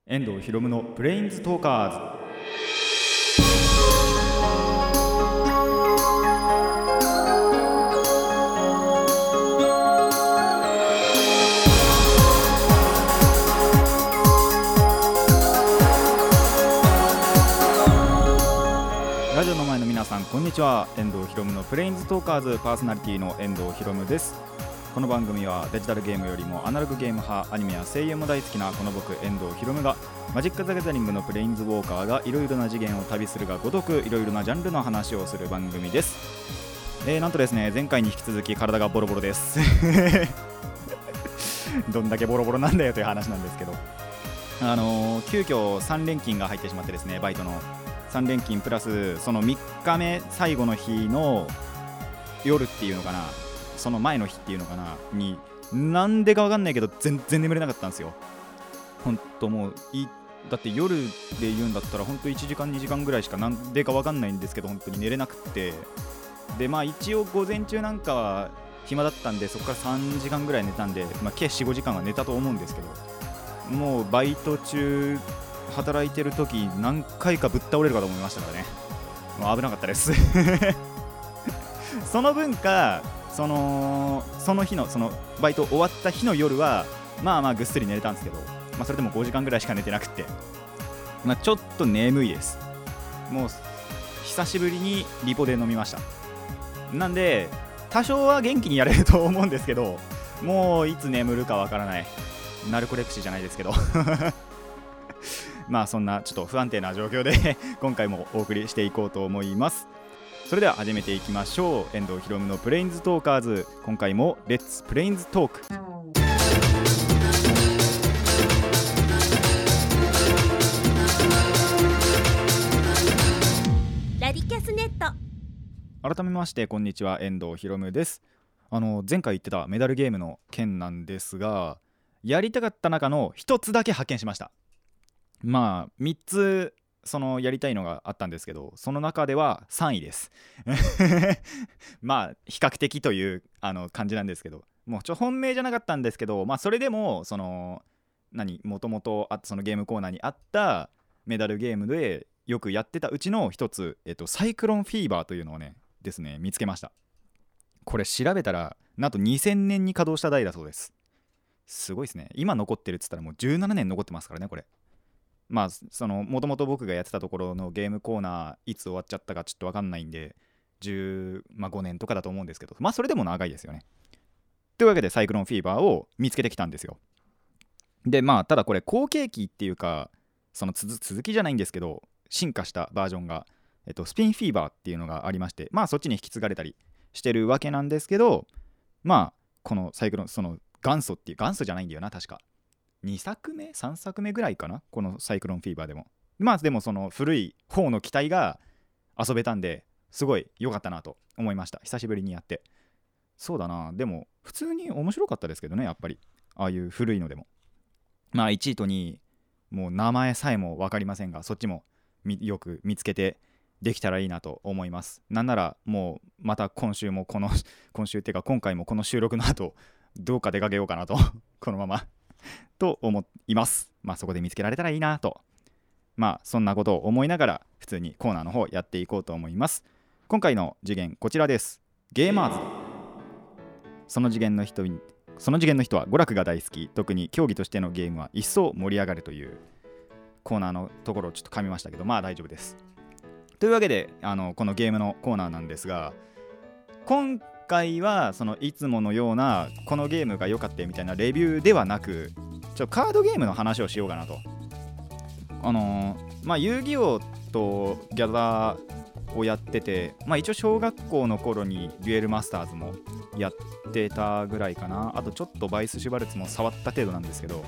遠藤ひろむのブレインズトーカーズ。ラジオの前の皆さん、こんにちは。遠藤ひろむのブレインズトーカーズパーソナリティの遠藤ひろむです。この番組はデジタルゲームよりもアナログゲーム派、アニメや声優も大好きなこの僕遠藤ひろむがマジック・ザ・ギャザリングのプレインズウォーカーがいろいろな次元を旅するがごとくいろいろなジャンルの話をする番組です。なんとですね、前回に引き続き体がボロボロですどんだけボロボロなんだよという話なんですけど、急遽3連勤が入ってしまってですね、バイトの3連勤プラスその3日目最後の日の夜っていうのかな、その前の日っていうのかなに、なんでかわかんないけど全然眠れなかったんですよ。ほんともうだって夜で言うんだったらほんと1時間2時間ぐらいしかなんでかわかんないんですけど、本当に寝れなくて、で一応午前中なんかは暇だったんで、そこから3時間ぐらい寝たんで、計 4,5 時間は寝たと思うんですけど、もうバイト中働いてる時何回かぶっ倒れるかと思いましたからね。もう危なかったですその分かその日のそのバイト終わった日の夜はぐっすり寝れたんですけど、それでも5時間ぐらいしか寝てなくて、ちょっと眠いです。もう久しぶりにリポで飲みました。なんで多少は元気にやれると思うんですけど、もういつ眠るかわからない、ナルコレプシーじゃないですけどそんなちょっと不安定な状況で今回もお送りしていこうと思います。それでは始めていきましょう。遠藤ひろむのブレインズトーカーズ、今回もレッツプレインズトーク。 ラディキャスネット。 改めましてこんにちは、遠藤ひろむです。前回言ってたメダルゲームの件なんですが、やりたかった中の一つだけ発見しました。3つそのやりたいのがあったんですけど、その中では3位です比較的という感じなんですけど、もう本命じゃなかったんですけど、それでもそのもともとそのゲームコーナーにあったメダルゲームでよくやってたうちの一つ、サイクロンフィーバーというのをですね見つけました。これ調べたらなんと2000年に稼働した台だそうです。すごいですね。今残ってるっつったらもう17年残ってますからね、これ。そのもともと僕がやってたところのゲームコーナーいつ終わっちゃったかちょっと分かんないんで、15年とかだと思うんですけど、それでも長いですよね。というわけでサイクロンフィーバーを見つけてきたんですよ。でただこれ後継機っていうか、その続きじゃないんですけど、進化したバージョンが、スピンフィーバーっていうのがありまして、そっちに引き継がれたりしてるわけなんですけど、このサイクロン、その元祖じゃないんだよな、確か2作目3作目ぐらいかな、このサイクロンフィーバーでも。でもその古い方の機体が遊べたんで、すごい良かったなと思いました。久しぶりにやって。そうだな、でも普通に面白かったですけどね、やっぱりああいう古いのでも。1位と2位、もう名前さえも分かりませんが、そっちもよく見つけてできたらいいなと思います。なんならもうまた今週っていうか今回もこの収録の後どうか出かけようかなとこのままと思います。そこで見つけられたらいいなと、そんなことを思いながら普通にコーナーの方やっていこうと思います。今回の次元こちらです。ゲーマーズ。その次元の人は娯楽が大好き、特に競技としてのゲームは一層盛り上がるというコーナーのところをちょっと噛みましたけど、大丈夫です。というわけでこのゲームのコーナーなんですが、今回はそのいつものようなこのゲームが良かったみたいなレビューではなく、カードゲームの話をしようかなと。遊戯王とギャザーをやってて、一応小学校の頃にデュエルマスターズもやってたぐらいかな。あとちょっとバイス・シュバルツも触った程度なんですけど、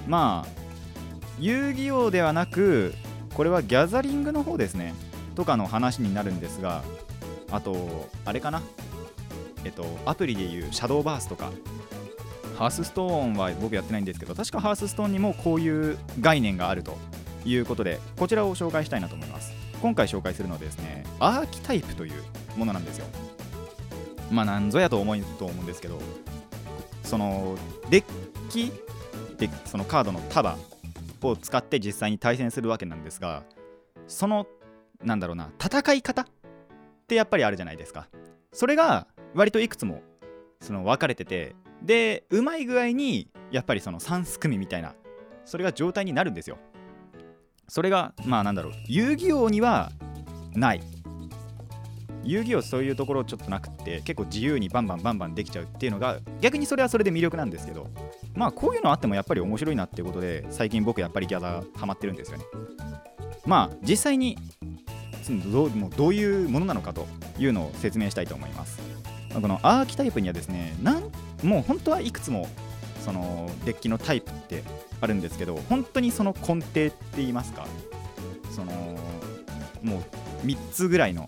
遊戯王ではなくこれはギャザリングの方ですねとかの話になるんですが、あとあれかな、アプリでいうシャドーバースとかハースストーンは僕やってないんですけど、確かハースストーンにもこういう概念があるということで、こちらを紹介したいなと思います。今回紹介するのはですね、アーキタイプというものなんですよ。なんぞやと思うんですけど、そのデッキでそのカードの束を使って実際に対戦するわけなんですが、そのなんだろうな、戦い方ってやっぱりあるじゃないですか。それが割といくつもその分かれてて、でうまい具合にやっぱりその3組みたいな、それが状態になるんですよ。それがまあなんだろう、遊戯王にはない。遊戯王そういうところちょっとなくって、結構自由にバンバンできちゃうっていうのが逆にそれはそれで魅力なんですけど、まあこういうのあってもやっぱり面白いなっていうことで、最近僕やっぱりギャザーハマってるんですよね。まあ実際にどういうものなのかというのを説明したいと思います。このアーキタイプにはですね、もう本当はいくつもそのデッキのタイプってあるんですけど、本当にその根底って言いますか、そのもう3つぐらいの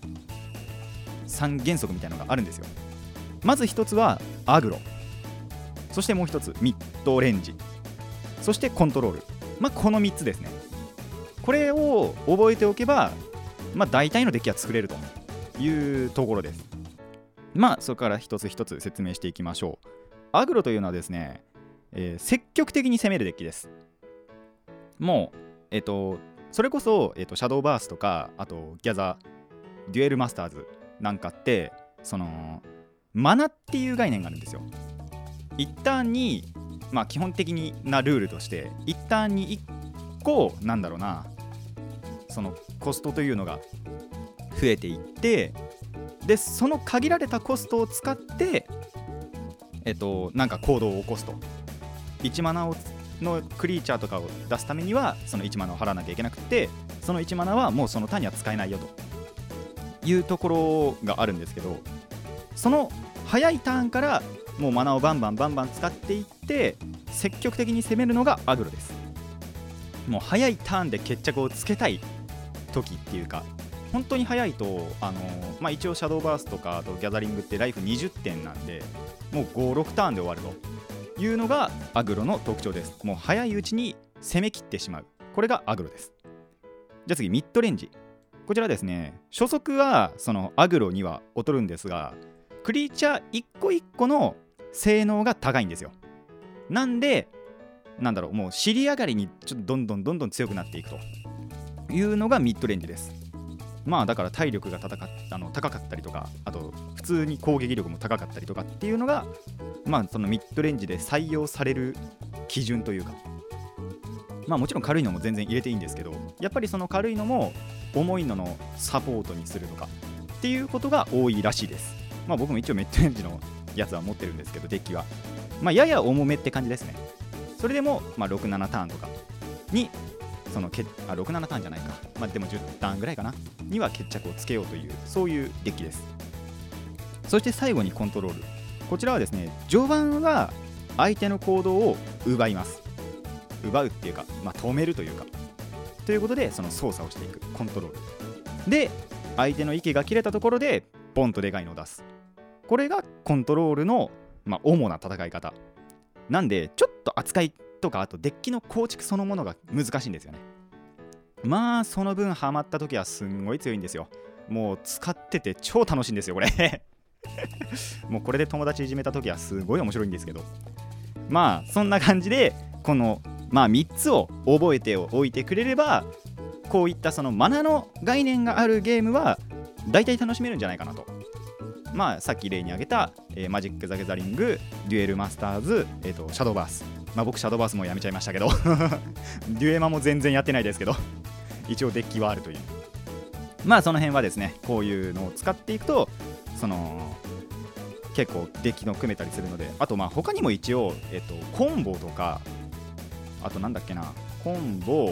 3原則みたいなのがあるんですよ。まず1つはアグロ、そしてもう1つミッドレンジ、そしてコントロール。まあこの3つですね。これを覚えておけば、まあ大体のデッキは作れるというところです。まあそれから一つ一つ説明していきましょう。アグロというのはですね、積極的に攻めるデッキです。もうそれこそ、シャドーバースとか、あとギャザー、デュエルマスターズなんかって、そのマナっていう概念があるんですよ。一ターンに、まあ基本的なルールとして一ターンに1個なんだろうな、そのコストというのが増えていって、でその限られたコストを使ってなんか行動を起こすと。1マナのクリーチャーとかを出すためにはその1マナを払わなきゃいけなくて、その1マナはもうそのターンには使えないよというところがあるんですけど、その早いターンからもうマナをバンバン使っていって積極的に攻めるのがアグロです。もう早いターンで決着をつけたい時っていうか、本当に早いとまあ、一応シャドーバースとかあとギャザリングってライフ20点なんで、もう5、6ターンで終わるというのがアグロの特徴です。もう早いうちに攻め切ってしまう、これがアグロです。じゃあ次ミッドレンジ。こちらですね、初速はそのアグロには劣るんですが、クリーチャー一個一個の性能が高いんですよ。なんでなんだろう、もう尻上がりにちょっとどんどん強くなっていくというのがミッドレンジです。まあだから体力が高かったりとか、あと普通に攻撃力も高かったりとかっていうのが、まあそのミッドレンジで採用される基準というか、まあもちろん軽いのも全然入れていいんですけど、やっぱりその軽いのも重いののサポートにするとかっていうことが多いらしいです。まあ僕も一応ミッドレンジのやつは持ってるんですけど、デッキはまあやや重めって感じですね。それでもまあ6、7ターンとかにその6、7ターンじゃないか、まあでも10ターンぐらいかなには決着をつけようという、そういうデッキです。そして最後にコントロール。こちらはですね、序盤は相手の行動を奪います。奪うっていうか、まあ、止めるというか、ということでその操作をしていくコントロールで、相手の息が切れたところでボンとでかいのを出す。これがコントロールの、まあ、主な戦い方なんで、ちょっと扱いとか、あとデッキの構築そのものが難しいんですよね。まあその分ハマった時はすんごい強いんですよ。もう使ってて超楽しいんですよこれもうこれで友達いじめた時はすごい面白いんですけど、まあそんな感じでこのまあ3つを覚えておいてくれれば、こういったそのマナの概念があるゲームは大体楽しめるんじゃないかなと。まあさっき例に挙げた、マジック・ザ・ギャザリング、デュエル・マスターズ、シャドーバース、まあ僕シャドーバースもやめちゃいましたけどデュエマも全然やってないですけど一応デッキはあるという、まあその辺はですね、こういうのを使っていくとその結構デッキの組めたりするので、あとまあ他にも一応、コンボとか、あとなんだっけな、コンボ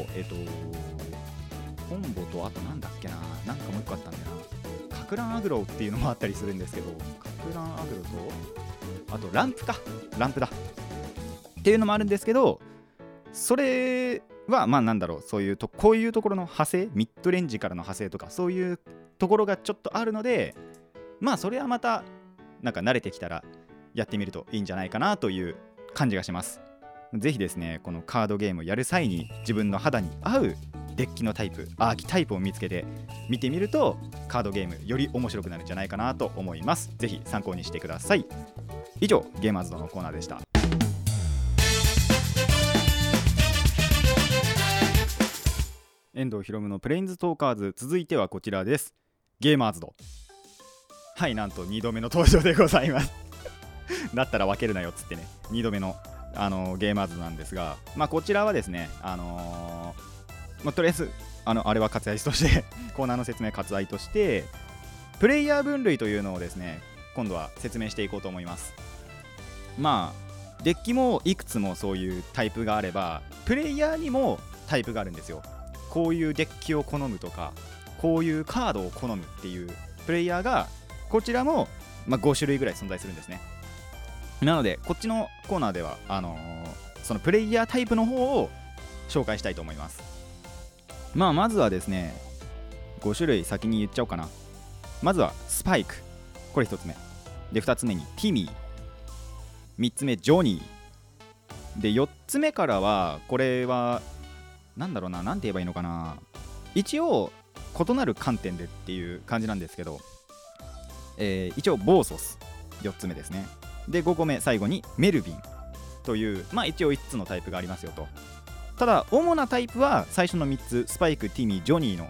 とあとなんだっけな、なんかもう一個あったんだよな、かく乱アグロっていうのもあったりするんですけど、かく乱アグロとあとランプだっていうのもあるんですけど、それはまあなんだろう、そういうこういうところの派生、ミッドレンジからの派生とかそういうところがちょっとあるので、まあそれはまたなんか慣れてきたらやってみるといいんじゃないかなという感じがします。ぜひですね、このカードゲームをやる際に自分の肌に合うデッキのタイプ、アーキタイプを見つけて見てみると、カードゲームより面白くなるんじゃないかなと思います。ぜひ参考にしてください。以上、ゲーマーズドのコーナーでした。 遠藤ひろむのプレインズトーカーズ、続いてはこちらです。ゲーマーズド。はい、なんと2度目の登場でございますだったら分けるなよっつってね、2度目の、ゲーマーズドなんですが、こちらはですね、とりあえずあれは割愛としてコーナーの説明割愛としてプレイヤー分類というのをですね、今度は説明していこうと思います。デッキもいくつもそういうタイプがあれば、プレイヤーにもタイプがあるんですよ。こういうデッキを好むとか、こういうカードを好むっていうプレイヤーがこちらも、5種類ぐらい存在するんですね。なのでこっちのコーナーではそのプレイヤータイプの方を紹介したいと思います。まずはですね、5種類先に言っちゃおうかな。まずはスパイク、これ1つ目で、2つ目にティミー、3つ目ジョニーで、4つ目からはこれはなんて言えばいいのかな、一応異なる観点でっていう感じなんですけど、一応ボーソス4つ目ですね。で5個目最後にメルビンという、一応5つのタイプがありますよと。ただ主なタイプは最初の3つ、スパイク、ティミー、ジョニーの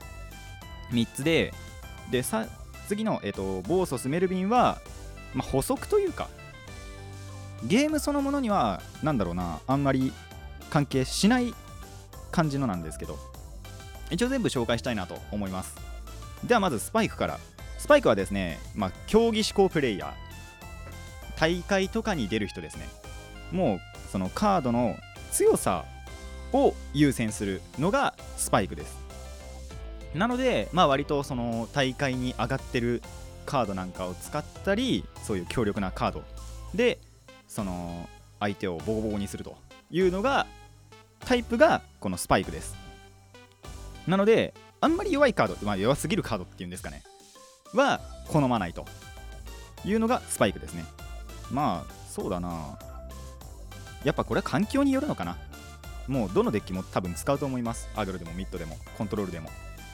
3つで、次の、ボーソス、メルビンは、補足というかゲームそのものにはあんまり関係しない感じのなんですけど、一応全部紹介したいなと思います。ではまずスパイクから。スパイクはですね、競技志向プレイヤー、大会とかに出る人ですね。もうそのカードの強さを優先するのがスパイクです。なので割とその大会に上がってるカードなんかを使ったり、そういう強力なカードでその相手をボコボコにするというのがタイプがこのスパイクです。なのであんまり弱いカード、弱すぎるカードっていうんですかねは好まないというのがスパイクですね。そうだな、やっぱこれは環境によるのかな。もうどのデッキも多分使うと思います。アグロでもミッドでもコントロールでも、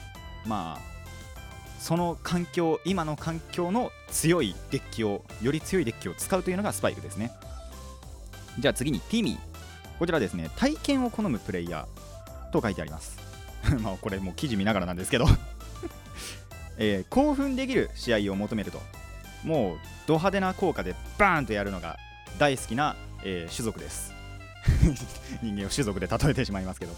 その環境、今の環境の強いデッキを、より強いデッキを使うというのがスパイクですね。じゃあ次にティミー、こちらですね、体験を好むプレイヤーと書いてありますこれもう記事見ながらなんですけど興奮できる試合を求めると、もうド派手な効果でバーンとやるのが大好きな、種族です人間を種族で例えてしまいますけど、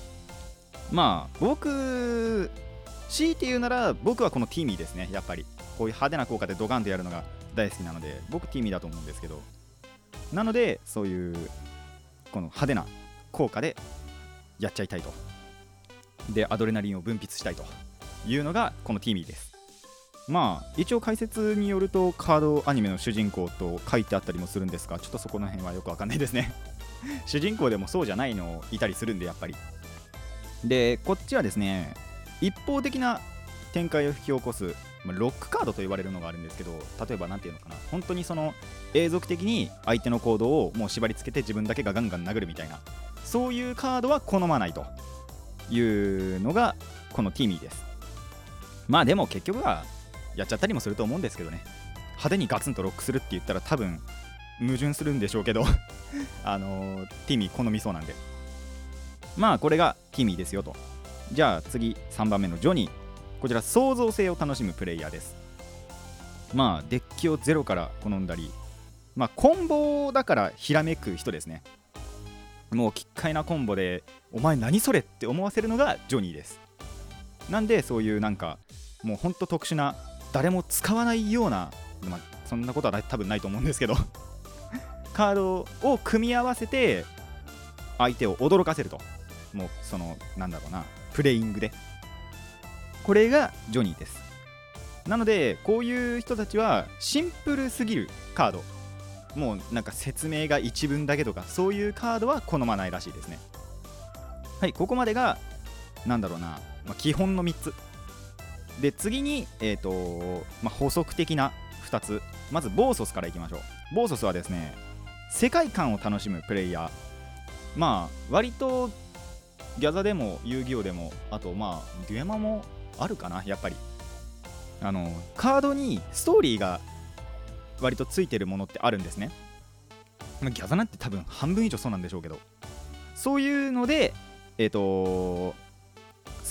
僕強いて言うなら僕はこのティミーですね。やっぱりこういう派手な効果でドカンとやるのが大好きなので、僕ティミーだと思うんですけど、なのでそういうこの派手な効果でやっちゃいたいと、でアドレナリンを分泌したいというのがこのティミーです。一応解説によるとカードアニメの主人公と書いてあったりもするんですが、ちょっとそこの辺はよくわかんないですね主人公でもそうじゃないのいたりするんで、やっぱり。でこっちはですね、一方的な展開を引き起こす、ロックカードと言われるのがあるんですけど、例えばなんていうのかな、本当にその永続的に相手の行動をもう縛り付けて自分だけがガンガン殴るみたいな、そういうカードは好まないというのがこのティミーです。でも結局はやっちゃったりもすると思うんですけどね。派手にガツンとロックするって言ったら多分矛盾するんでしょうけどティミー好みそうなんで、これがティミーですよと。じゃあ次3番目のジョニー、こちら創造性を楽しむプレイヤーです。デッキをゼロから好んだり、コンボだからひらめく人ですね。もう奇怪なコンボでお前何それって思わせるのがジョニーです。なんでそういうもうほんと特殊な誰も使わないような、そんなことは多分ないと思うんですけどカードを組み合わせて相手を驚かせると、もうそのプレイングで、これがジョニーです。なのでこういう人たちはシンプルすぎるカード、もう説明が一文だけとかそういうカードは好まないらしいですね。はい、ここまでが基本の3つで、次に補足的な2つ。まずボーソスからいきましょう。ボーソスはですね、世界観を楽しむプレイヤー、割とギャザでも遊戯王でも、あとデュエマもあるかな、やっぱりカードにストーリーが割とついてるものってあるんですね。ギャザなんて多分半分以上そうなんでしょうけど、そういうのでそ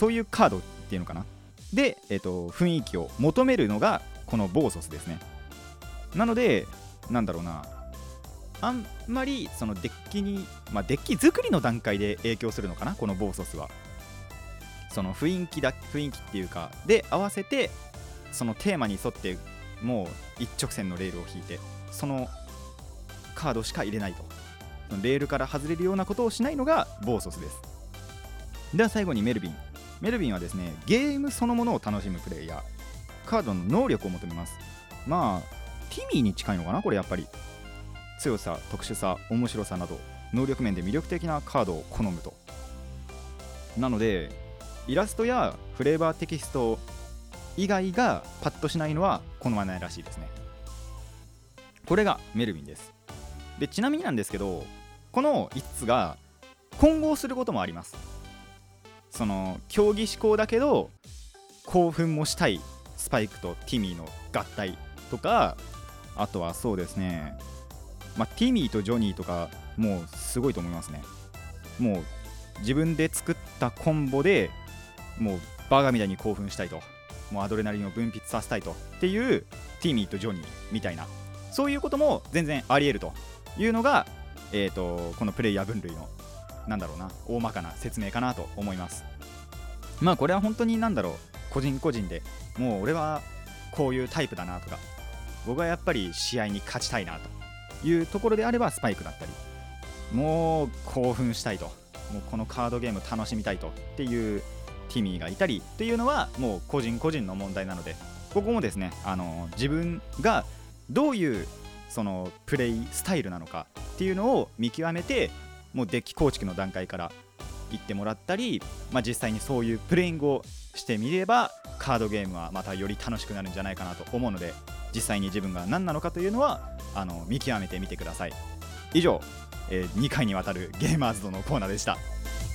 そういうカードっていうのかなで、雰囲気を求めるのがこのボーソスですね。なのでなんだろうな、あんまりそのデッキに、デッキ作りの段階で影響するのかな、このボーソスは。その雰囲気っていうかで合わせて、そのテーマに沿ってもう一直線のレールを引いて、そのカードしか入れないと、そのレールから外れるようなことをしないのがボーソスです。では最後にメルビン。メルビンはですね、ゲームそのものを楽しむプレイヤー、カードの能力を求めます。ティミーに近いのかな、これやっぱり。強さ、特殊さ、面白さなど能力面で魅力的なカードを好むと。なのでイラストやフレーバーテキスト以外がパッとしないのは好まないらしいですね。これがメルビンです。でちなみになんですけど、この5つが混合することもあります。その競技志向だけど興奮もしたいスパイクとティミーの合体とか、あとはそうですね、ティミーとジョニーとかもうすごいと思いますね。もう自分で作ったコンボでもうバカみたいに興奮したいと、もうアドレナリンを分泌させたいとっていうティミーとジョニーみたいな、そういうことも全然あり得るというのが、このプレイヤー分類の大まかな説明かなと思います。これは本当に個人個人でもう俺はこういうタイプだなとか、僕はやっぱり試合に勝ちたいなというところであればスパイクだったり、もう興奮したいと、もうこのカードゲーム楽しみたいとっていうティミーがいたりっていうのはもう個人個人の問題なので、ここもですね、自分がどういうそのプレイスタイルなのかっていうのを見極めて、もうデッキ構築の段階から行ってもらったり、実際にそういうプレイングをしてみればカードゲームはまたより楽しくなるんじゃないかなと思うので、実際に自分が何なのかというのは見極めてみてください。以上、2回にわたるゲーマーズドのコーナーでした。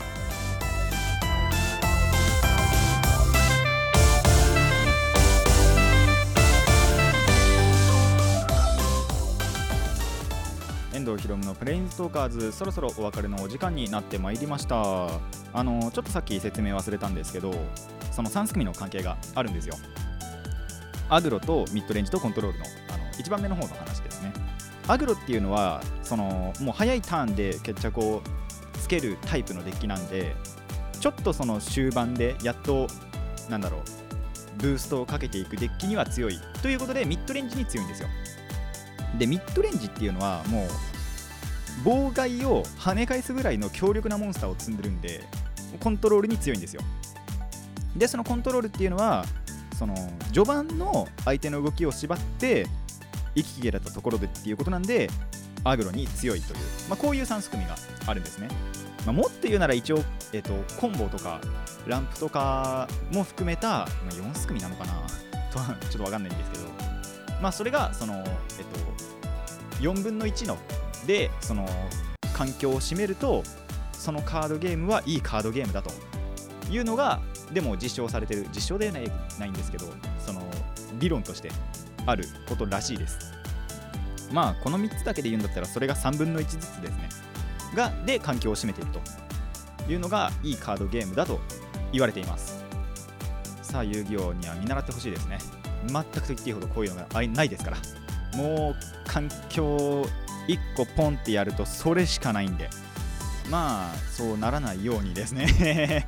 遠藤ひろむのプレインズトーカーズ、そろそろお別れのお時間になってまいりました。ちょっとさっき説明忘れたんですけど、その3組の関係があるんですよ。アグロとミッドレンジとコントロールの1番目の方の話ですね。アグロっていうのはもう早いターンで決着をつけるタイプのデッキなんで、ちょっとその終盤でやっとブーストをかけていくデッキには強いということで、ミッドレンジに強いんですよ。でミッドレンジっていうのはもう妨害を跳ね返すぐらいの強力なモンスターを積んでるんで、コントロールに強いんですよ。でそのコントロールっていうのはその序盤の相手の動きを縛って息切れたところでっていうことなんで、アグロに強いという、こういう3組があるんですね。もっと言うなら一応、コンボとかランプとかも含めた、4組なのかなとはちょっと分かんないんですけど、それがその、4分の1のでその環境を占めると、そのカードゲームはいいカードゲームだというのがでも実証されてる、実証ではないんですけど、その理論としてあることらしいです。この3つだけで言うんだったらそれが3分の1ずつですねで環境を占めているというのがいいカードゲームだと言われています。さあ遊戯王には見習ってほしいですね。全くと言っていいほどこういうのがないですから、もう環境1個ポンってやるとそれしかないんで、そうならないようにですね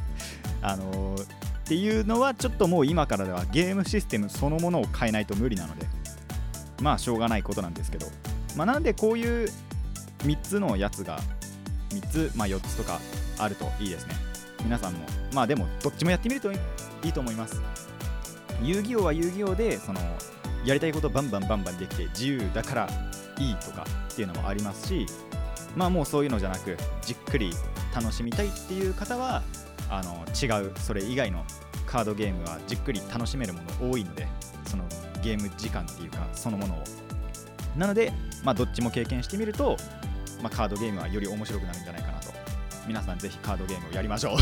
っていうのはちょっともう今からではゲームシステムそのものを変えないと無理なので、しょうがないことなんですけど、なのでこういう3つのやつが3つ、4つとかあるといいですね。皆さんもでもどっちもやってみるといいと思います。遊戯王は遊戯王でそのやりたいことバンバンできて自由だからいいとかっていうのもありますし、もうそういうのじゃなくじっくり楽しみたいっていう方は違うそれ以外のカードゲームはじっくり楽しめるもの多いので、そのゲーム時間っていうかそのものをなので、どっちも経験してみると、カードゲームはより面白くなるんじゃないかなと。皆さんぜひカードゲームをやりましょう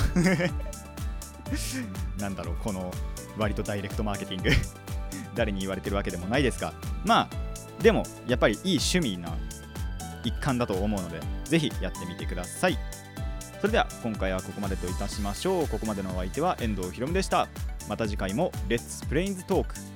この割とダイレクトマーケティング誰に言われてるわけでもないですが、でもやっぱりいい趣味な一環だと思うので、ぜひやってみてください。 それでは今回はここまでといたしましょう。ここまでのお相手は遠藤ひろむでした。また次回もレッツプレインズトーク